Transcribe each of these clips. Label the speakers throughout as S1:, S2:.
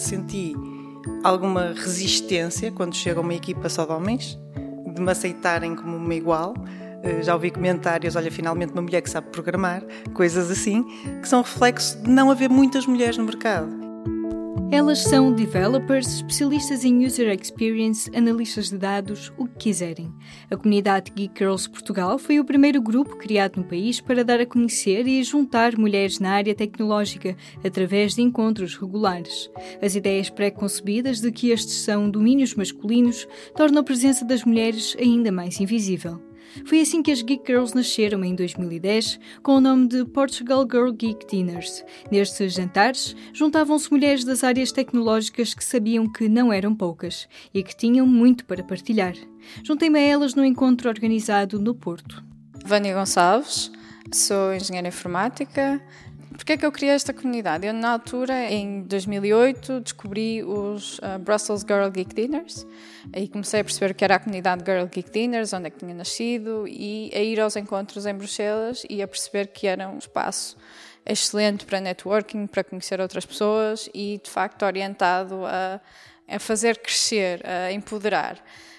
S1: senti alguma resistência quando chega uma equipa só de homens, de me aceitarem como uma igual. Já ouvi comentários, olha, finalmente uma mulher que sabe programar, coisas assim, que são reflexo de não haver muitas mulheres no mercado.
S2: Elas são developers, especialistas em user experience, analistas de dados, o que quiserem. A comunidade Geek Girls Portugal foi o primeiro grupo criado no país para dar a conhecer e juntar mulheres na área tecnológica através de encontros regulares. As ideias pré-concebidas de que estes são domínios masculinos tornam a presença das mulheres ainda mais invisível. Foi assim que as Geek Girls nasceram em 2010, com o nome de Portugal Girl Geek Dinners. Nestes jantares, juntavam-se mulheres das áreas tecnológicas que sabiam que não eram poucas e que tinham muito para partilhar. Juntei-me a elas num encontro organizado no Porto.
S3: Vânia Gonçalves, sou engenheira informática. Porquê é que eu criei esta comunidade? Eu, na altura, em 2008, descobri os Brussels Girl Geek Dinners e comecei a perceber o que era a comunidade Girl Geek Dinners, onde é que tinha nascido, e a ir aos encontros em Bruxelas e a perceber que era um espaço excelente para networking, para conhecer outras pessoas e, de facto, orientado a fazer crescer, a empoderar.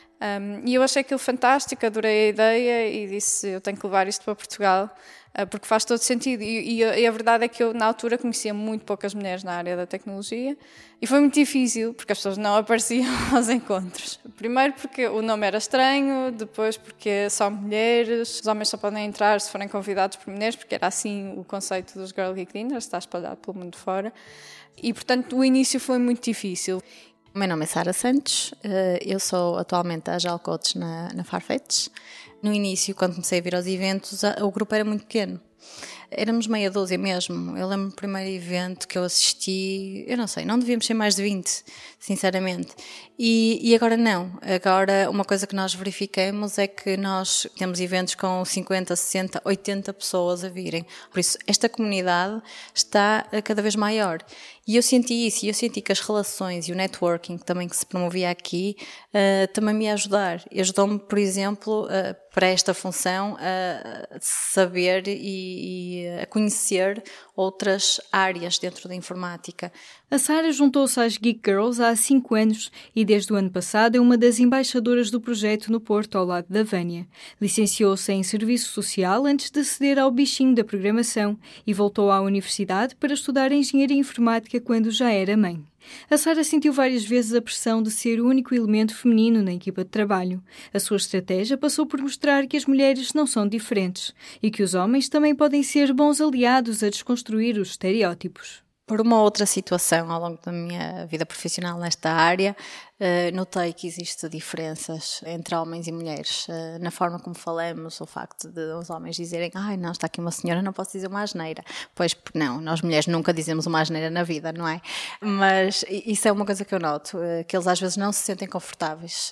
S3: E eu achei aquilo fantástico, adorei a ideia e disse, eu tenho que levar isto para Portugal, porque faz todo sentido. E a verdade é que eu, na altura, conhecia muito poucas mulheres na área da tecnologia e foi muito difícil, porque as pessoas não apareciam aos encontros. Primeiro porque o nome era estranho, depois porque só mulheres, os homens só podem entrar se forem convidados por mulheres, porque era assim o conceito dos Girl Geek Dinners, está espalhado pelo mundo fora. E, portanto, o início foi muito difícil.
S4: O meu nome é Sara Santos, eu sou atualmente Agile Coach na Farfetch. No início, quando comecei a vir aos eventos, o grupo era muito pequeno. Éramos meia dúzia mesmo. Eu lembro do primeiro evento que eu assisti, eu não sei, não devíamos ser mais de 20, sinceramente. E agora não. Agora uma coisa que nós verificamos é que nós temos eventos com 50, 60, 80 pessoas a virem. Por isso, esta comunidade está cada vez maior. E eu senti isso, e eu senti que as relações e o networking também que se promovia aqui também me ia ajudar. Ajudou-me, por exemplo, para esta função, a saber e a conhecer outras áreas dentro da informática.
S2: A Sara juntou-se às Geek Girls há 5 anos e desde o ano passado é uma das embaixadoras do projeto no Porto, ao lado da Vânia. Licenciou-se em Serviço Social antes de ceder ao bichinho da programação e voltou à universidade para estudar Engenharia Informática quando já era mãe. A Sara sentiu várias vezes a pressão de ser o único elemento feminino na equipa de trabalho. A sua estratégia passou por mostrar que as mulheres não são diferentes e que os homens também podem ser bons aliados a desconstruir os estereótipos.
S4: Por uma outra situação ao longo da minha vida profissional nesta área, notei que existem diferenças entre homens e mulheres. Na forma como falamos, o facto de os homens dizerem ai, não, está aqui uma senhora, não posso dizer uma asneira. Pois não, nós mulheres nunca dizemos uma asneira na vida, não é? Mas isso é uma coisa que eu noto, que eles às vezes não se sentem confortáveis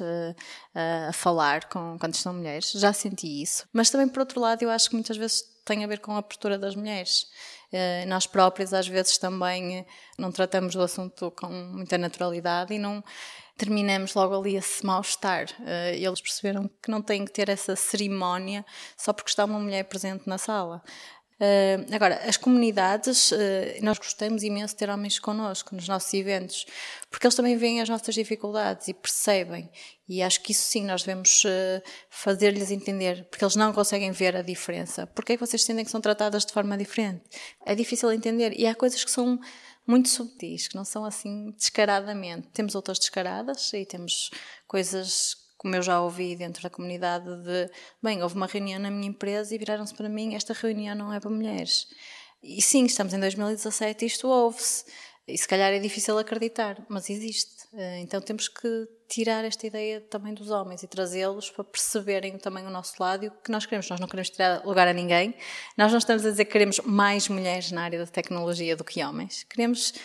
S4: a falar quando estão mulheres. Já senti isso. Mas também, por outro lado, eu acho que muitas vezes tem a ver com a abertura das mulheres. Nós próprios às vezes também não tratamos do assunto com muita naturalidade e não terminamos logo ali esse mal-estar. Eles perceberam que não têm que ter essa cerimónia só porque está uma mulher presente na sala. Agora, as comunidades, nós gostamos imenso de ter homens connosco nos nossos eventos, porque eles também veem as nossas dificuldades e percebem, e acho que isso sim nós devemos fazer-lhes entender, porque eles não conseguem ver a diferença. Porque é que vocês sentem que são tratadas de forma diferente? É difícil entender, e há coisas que são muito subtis, que não são assim descaradamente. Temos outras descaradas e temos coisas, como eu já ouvi dentro da comunidade, de, bem, houve uma reunião na minha empresa e viraram-se para mim, esta reunião não é para mulheres. E sim, estamos em 2017 e isto ouve-se. E se calhar é difícil acreditar, mas existe. Então temos que tirar esta ideia também dos homens e trazê-los para perceberem também o nosso lado e o que nós queremos. Nós não queremos tirar lugar a ninguém. Nós não estamos a dizer que queremos mais mulheres na área da tecnologia do que homens. Queremos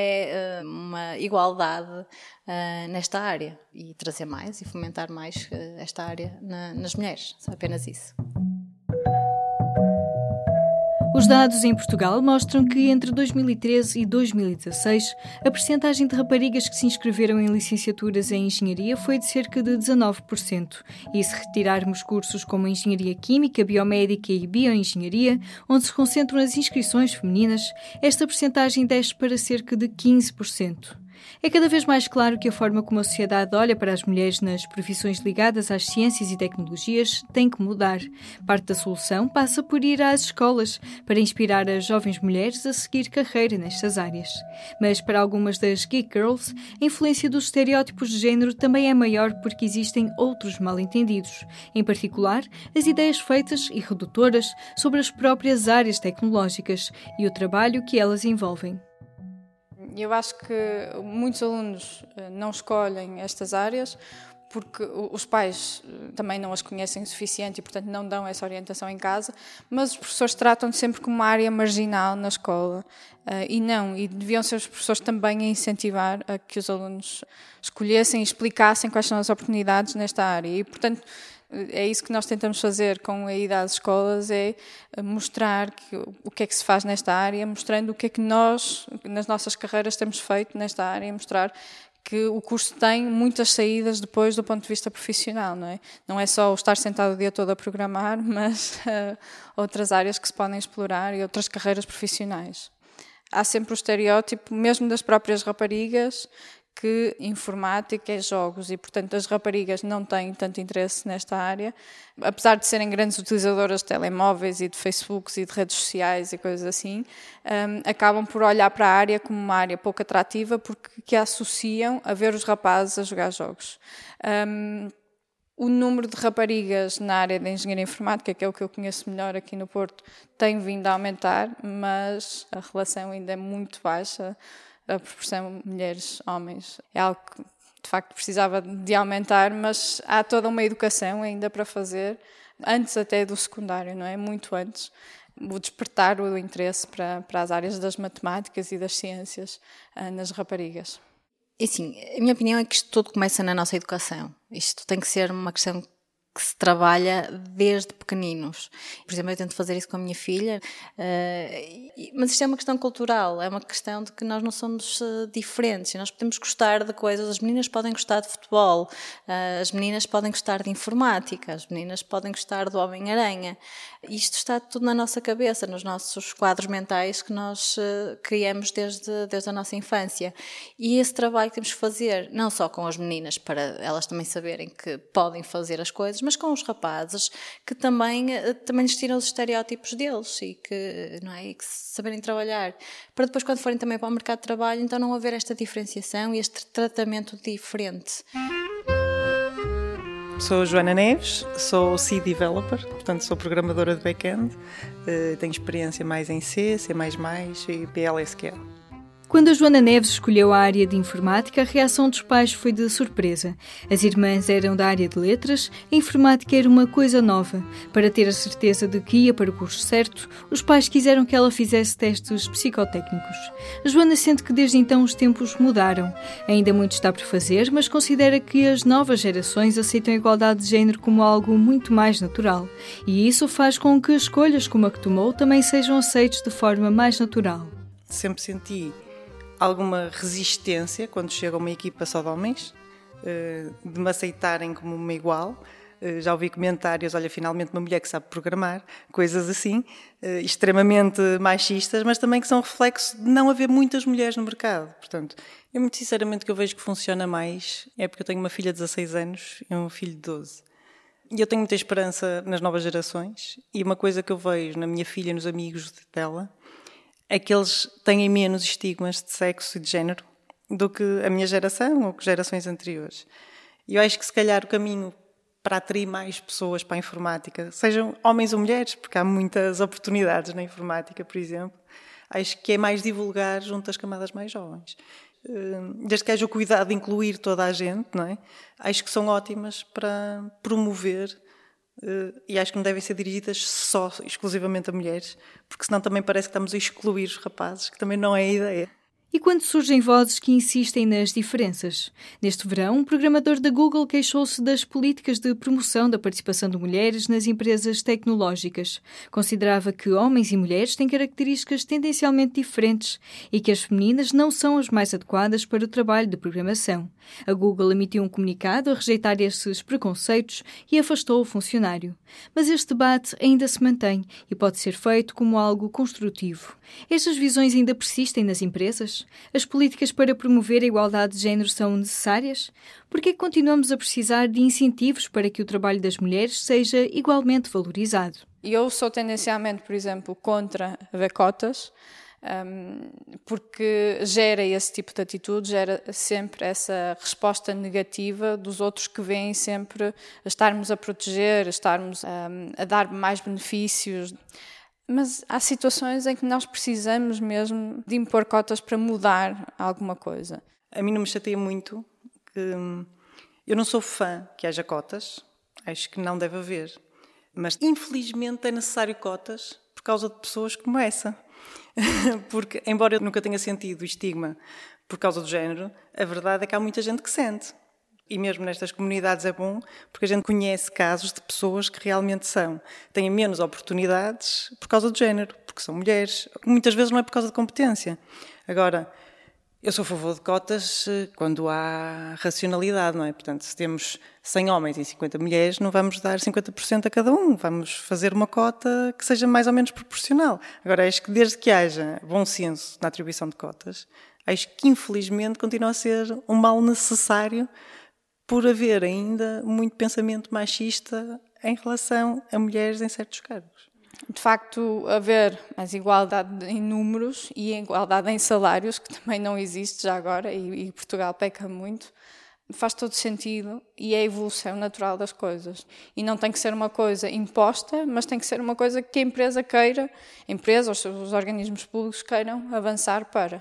S4: uma igualdade nesta área e trazer mais e fomentar mais esta área nas mulheres. Só apenas isso.
S2: Os dados em Portugal mostram que entre 2013 e 2016 a percentagem de raparigas que se inscreveram em licenciaturas em engenharia foi de cerca de 19%. E se retirarmos cursos como Engenharia Química, Biomédica e Bioengenharia, onde se concentram as inscrições femininas, esta percentagem desce para cerca de 15%. É cada vez mais claro que a forma como a sociedade olha para as mulheres nas profissões ligadas às ciências e tecnologias tem que mudar. Parte da solução passa por ir às escolas para inspirar as jovens mulheres a seguir carreira nestas áreas. Mas para algumas das Geek Girls, a influência dos estereótipos de género também é maior porque existem outros mal-entendidos, em particular as ideias feitas e redutoras sobre as próprias áreas tecnológicas e o trabalho que elas envolvem.
S3: Eu acho que muitos alunos não escolhem estas áreas porque os pais também não as conhecem o suficiente e, portanto, não dão essa orientação em casa, mas os professores tratam-de sempre como uma área marginal na escola e deviam ser os professores também a incentivar a que os alunos escolhessem e explicassem quais são as oportunidades nesta área e, portanto, é isso que nós tentamos fazer com a ida às escolas, é mostrar o que é que se faz nesta área, mostrando o que é que nós, nas nossas carreiras, temos feito nesta área, mostrar que o curso tem muitas saídas depois do ponto de vista profissional, não é? Não é só o estar sentado o dia todo a programar, mas outras áreas que se podem explorar e outras carreiras profissionais. Há sempre o estereótipo, mesmo das próprias raparigas, que informática é jogos e, portanto, as raparigas não têm tanto interesse nesta área, apesar de serem grandes utilizadoras de telemóveis e de Facebooks e de redes sociais e coisas assim, acabam por olhar para a área como uma área pouco atrativa porque a associam a ver os rapazes a jogar jogos. O número de raparigas na área da engenharia informática, que é o que eu conheço melhor aqui no Porto, tem vindo a aumentar, mas a relação ainda é muito baixa. A proporção mulheres-homens é algo que, de facto, precisava de aumentar, mas há toda uma educação ainda para fazer, antes até do secundário, não é? Muito antes, o despertar o interesse para as áreas das matemáticas e das ciências nas raparigas.
S4: E assim, a minha opinião é que isto tudo começa na nossa educação. Isto tem que ser uma questão que se trabalha desde pequeninos. Por exemplo, eu tento fazer isso com a minha filha, mas isto é uma questão cultural, é uma questão de que nós não somos diferentes, nós podemos gostar de coisas, as meninas podem gostar de futebol, as meninas podem gostar de informática, as meninas podem gostar do Homem-Aranha. Isto está tudo na nossa cabeça, nos nossos quadros mentais que nós criamos desde a nossa infância. E esse trabalho que temos que fazer, não só com as meninas, para elas também saberem que podem fazer as coisas, mas com os rapazes, que também lhes tiram os estereótipos deles e que, não é, e que saberem trabalhar, para depois, quando forem também para o mercado de trabalho, então não haver esta diferenciação e este tratamento diferente.
S1: Sou Joana Neves, sou C Developer, portanto sou programadora de back-end, tenho experiência mais em C, C++ e PLSQL.
S2: Quando a Joana Neves escolheu a área de informática, a reação dos pais foi de surpresa. As irmãs eram da área de letras, a informática era uma coisa nova. Para ter a certeza de que ia para o curso certo, os pais quiseram que ela fizesse testes psicotécnicos. A Joana sente que desde então os tempos mudaram. Ainda muito está por fazer, mas considera que as novas gerações aceitam a igualdade de género como algo muito mais natural. E isso faz com que escolhas como a que tomou também sejam aceites de forma mais natural.
S1: Sempre senti alguma resistência quando chega uma equipa só de homens, de me aceitarem como uma igual. Já ouvi comentários, olha, finalmente uma mulher que sabe programar, coisas assim, extremamente machistas, mas também que são reflexo de não haver muitas mulheres no mercado. Portanto, eu muito sinceramente que eu vejo que funciona mais é porque eu tenho uma filha de 16 anos e um filho de 12. E eu tenho muita esperança nas novas gerações e uma coisa que eu vejo na minha filha e nos amigos dela é que eles têm menos estigmas de sexo e de género do que a minha geração ou que gerações anteriores. E eu acho que se calhar o caminho para atrair mais pessoas para a informática, sejam homens ou mulheres, porque há muitas oportunidades na informática, por exemplo, acho que é mais divulgar junto às camadas mais jovens. Desde que haja o cuidado de incluir toda a gente, não é? Acho que são ótimas para promover. E acho que não devem ser dirigidas só, exclusivamente a mulheres, porque senão também parece que estamos a excluir os rapazes, que também não é a ideia.
S2: E quando surgem vozes que insistem nas diferenças? Neste verão, um programador da Google queixou-se das políticas de promoção da participação de mulheres nas empresas tecnológicas. Considerava que homens e mulheres têm características tendencialmente diferentes e que as femininas não são as mais adequadas para o trabalho de programação. A Google emitiu um comunicado a rejeitar esses preconceitos e afastou o funcionário. Mas este debate ainda se mantém e pode ser feito como algo construtivo. Estas visões ainda persistem nas empresas? mulheres? As políticas para promover a igualdade de género são necessárias? Por que continuamos a precisar de incentivos para que o trabalho das mulheres seja igualmente valorizado?
S3: Eu sou tendencialmente, por exemplo, contra haver cotas, porque gera esse tipo de atitude, gera sempre essa resposta negativa dos outros que veem sempre a estarmos a proteger, a estarmos a dar mais benefícios. Mas há situações em que nós precisamos mesmo de impor cotas para mudar alguma coisa.
S1: A mim não me chateia muito que eu não sou fã que haja cotas, acho que não deve haver, mas infelizmente é necessário cotas por causa de pessoas como essa. Porque, embora eu nunca tenha sentido o estigma por causa do género, a verdade é que há muita gente que sente. E mesmo nestas comunidades é bom, porque a gente conhece casos de pessoas que realmente têm menos oportunidades por causa do género, porque são mulheres. Muitas vezes não é por causa de competência. Agora, eu sou a favor de cotas quando há racionalidade, não é? Portanto, se temos 100 homens e 50 mulheres, não vamos dar 50% a cada um. Vamos fazer uma cota que seja mais ou menos proporcional. Agora, acho que desde que haja bom senso na atribuição de cotas, acho que infelizmente continua a ser um mal necessário por haver ainda muito pensamento machista em relação a mulheres em certos cargos.
S3: De facto, haver mais igualdade em números e igualdade em salários, que também não existe já agora, e Portugal peca muito, faz todo sentido e é a evolução natural das coisas. E não tem que ser uma coisa imposta, mas tem que ser uma coisa que a empresa queira, a empresa, os organismos públicos queiram avançar para.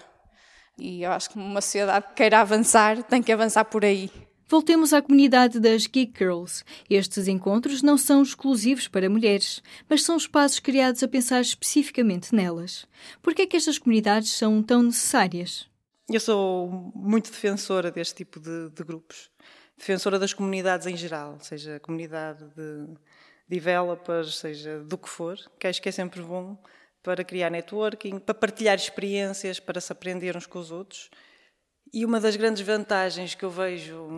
S3: E eu acho que uma sociedade que queira avançar tem que avançar por aí.
S2: Voltemos à comunidade das Geek Girls. Estes encontros não são exclusivos para mulheres, mas são espaços criados a pensar especificamente nelas. Por que é que estas comunidades são tão necessárias?
S1: Eu sou muito defensora deste tipo de grupos. Defensora das comunidades em geral, seja a comunidade de developers, seja do que for, que acho que é sempre bom para criar networking, para partilhar experiências, para se aprender uns com os outros. E uma das grandes vantagens que eu vejo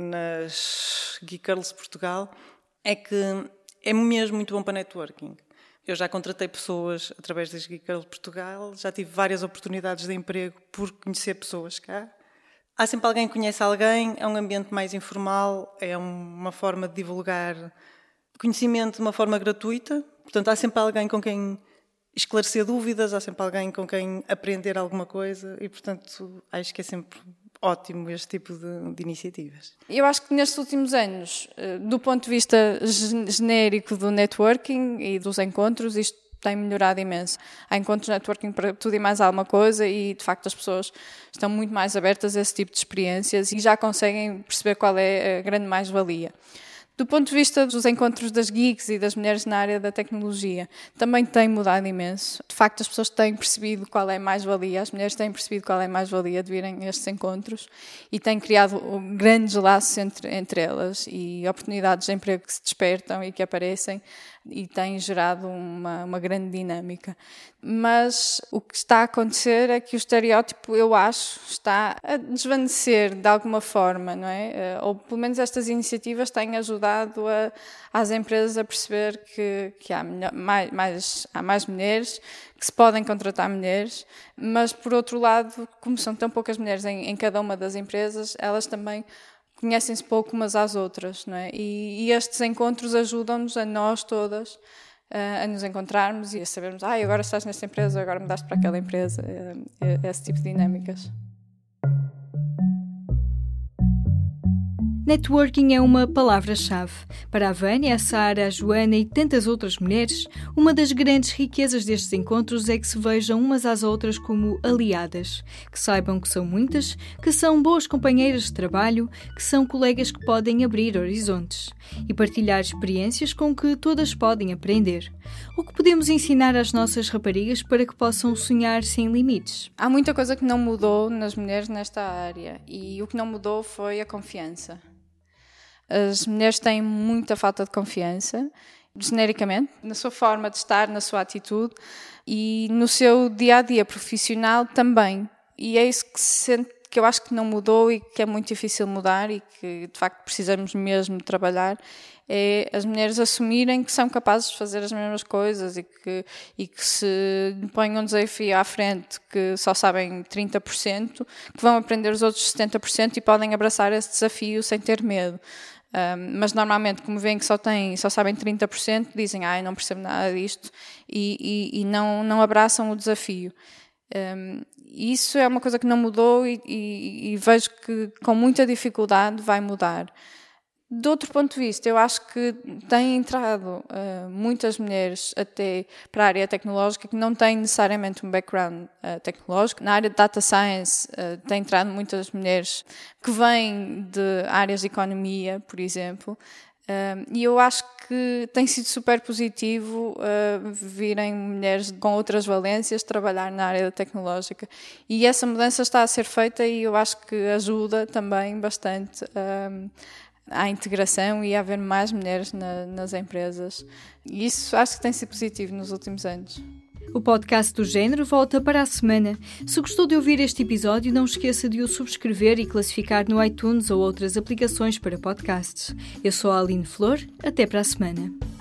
S1: nas Geek Girls Portugal é que é mesmo muito bom para networking. Eu já contratei pessoas através das Geek Girls Portugal, já tive várias oportunidades de emprego por conhecer pessoas cá. Há sempre alguém que conhece alguém, é um ambiente mais informal, é uma forma de divulgar conhecimento de uma forma gratuita. Portanto, há sempre alguém com quem esclarecer dúvidas, há sempre alguém com quem aprender alguma coisa e, portanto, acho que é sempre ótimo este tipo de iniciativas.
S3: Eu acho que nestes últimos anos, do ponto de vista genérico do networking e dos encontros, isto tem melhorado imenso. Há encontros de networking para tudo e mais alguma coisa e, de facto, as pessoas estão muito mais abertas a esse tipo de experiências e já conseguem perceber qual é a grande mais-valia. Do ponto de vista dos encontros das geeks e das mulheres na área da tecnologia, também tem mudado imenso. De facto, as pessoas têm percebido qual é a mais-valia, as mulheres têm percebido qual é a mais-valia de virem a estes encontros e têm criado grandes laços entre elas e oportunidades de emprego que se despertam e que aparecem e têm gerado uma grande dinâmica. Mas o que está a acontecer é que o estereótipo, eu acho, está a desvanecer de alguma forma, não é? Ou pelo menos estas iniciativas têm ajudado às empresas a perceber que há mais mulheres, que se podem contratar mulheres, mas por outro lado, como são tão poucas mulheres em cada uma das empresas, elas também conhecem-se pouco umas às outras, não é? E estes encontros ajudam-nos a nós todas a nos encontrarmos e a sabermos, agora estás nesta empresa, agora mudaste para aquela empresa, esse tipo de dinâmicas.
S2: Networking é uma palavra-chave. Para a Vânia, a Sara, a Joana e tantas outras mulheres, uma das grandes riquezas destes encontros é que se vejam umas às outras como aliadas, que saibam que são muitas, que são boas companheiras de trabalho, que são colegas que podem abrir horizontes e partilhar experiências com que todas podem aprender. O que podemos ensinar às nossas raparigas para que possam sonhar sem limites?
S3: Há muita coisa que não mudou nas mulheres nesta área e o que não mudou foi a confiança. As mulheres têm muita falta de confiança, genericamente, na sua forma de estar, na sua atitude e no seu dia-a-dia profissional também. E é isso que se sente que eu acho que não mudou e que é muito difícil mudar e que de facto precisamos mesmo trabalhar, é as mulheres assumirem que são capazes de fazer as mesmas coisas e que se põem um desafio à frente que só sabem 30%, que vão aprender os outros 70% e podem abraçar esse desafio sem ter medo. Mas normalmente, como veem que só sabem 30%, dizem, eu não percebo nada disto e não abraçam o desafio. Isso é uma coisa que não mudou e vejo que com muita dificuldade vai mudar. De outro ponto de vista, eu acho que têm entrado muitas mulheres até para a área tecnológica que não têm necessariamente um background tecnológico. Na área de data science têm entrado muitas mulheres que vêm de áreas de economia, por exemplo, e eu acho que tem sido super positivo virem mulheres com outras valências trabalhar na área tecnológica. E essa mudança está a ser feita e eu acho que ajuda também bastante à integração e a haver mais mulheres nas empresas. E isso acho que tem sido positivo nos últimos anos.
S2: O podcast do Género volta para a semana. Se gostou de ouvir este episódio, não esqueça de o subscrever e classificar no iTunes ou outras aplicações para podcasts. Eu sou a Aline Flor. Até para a semana.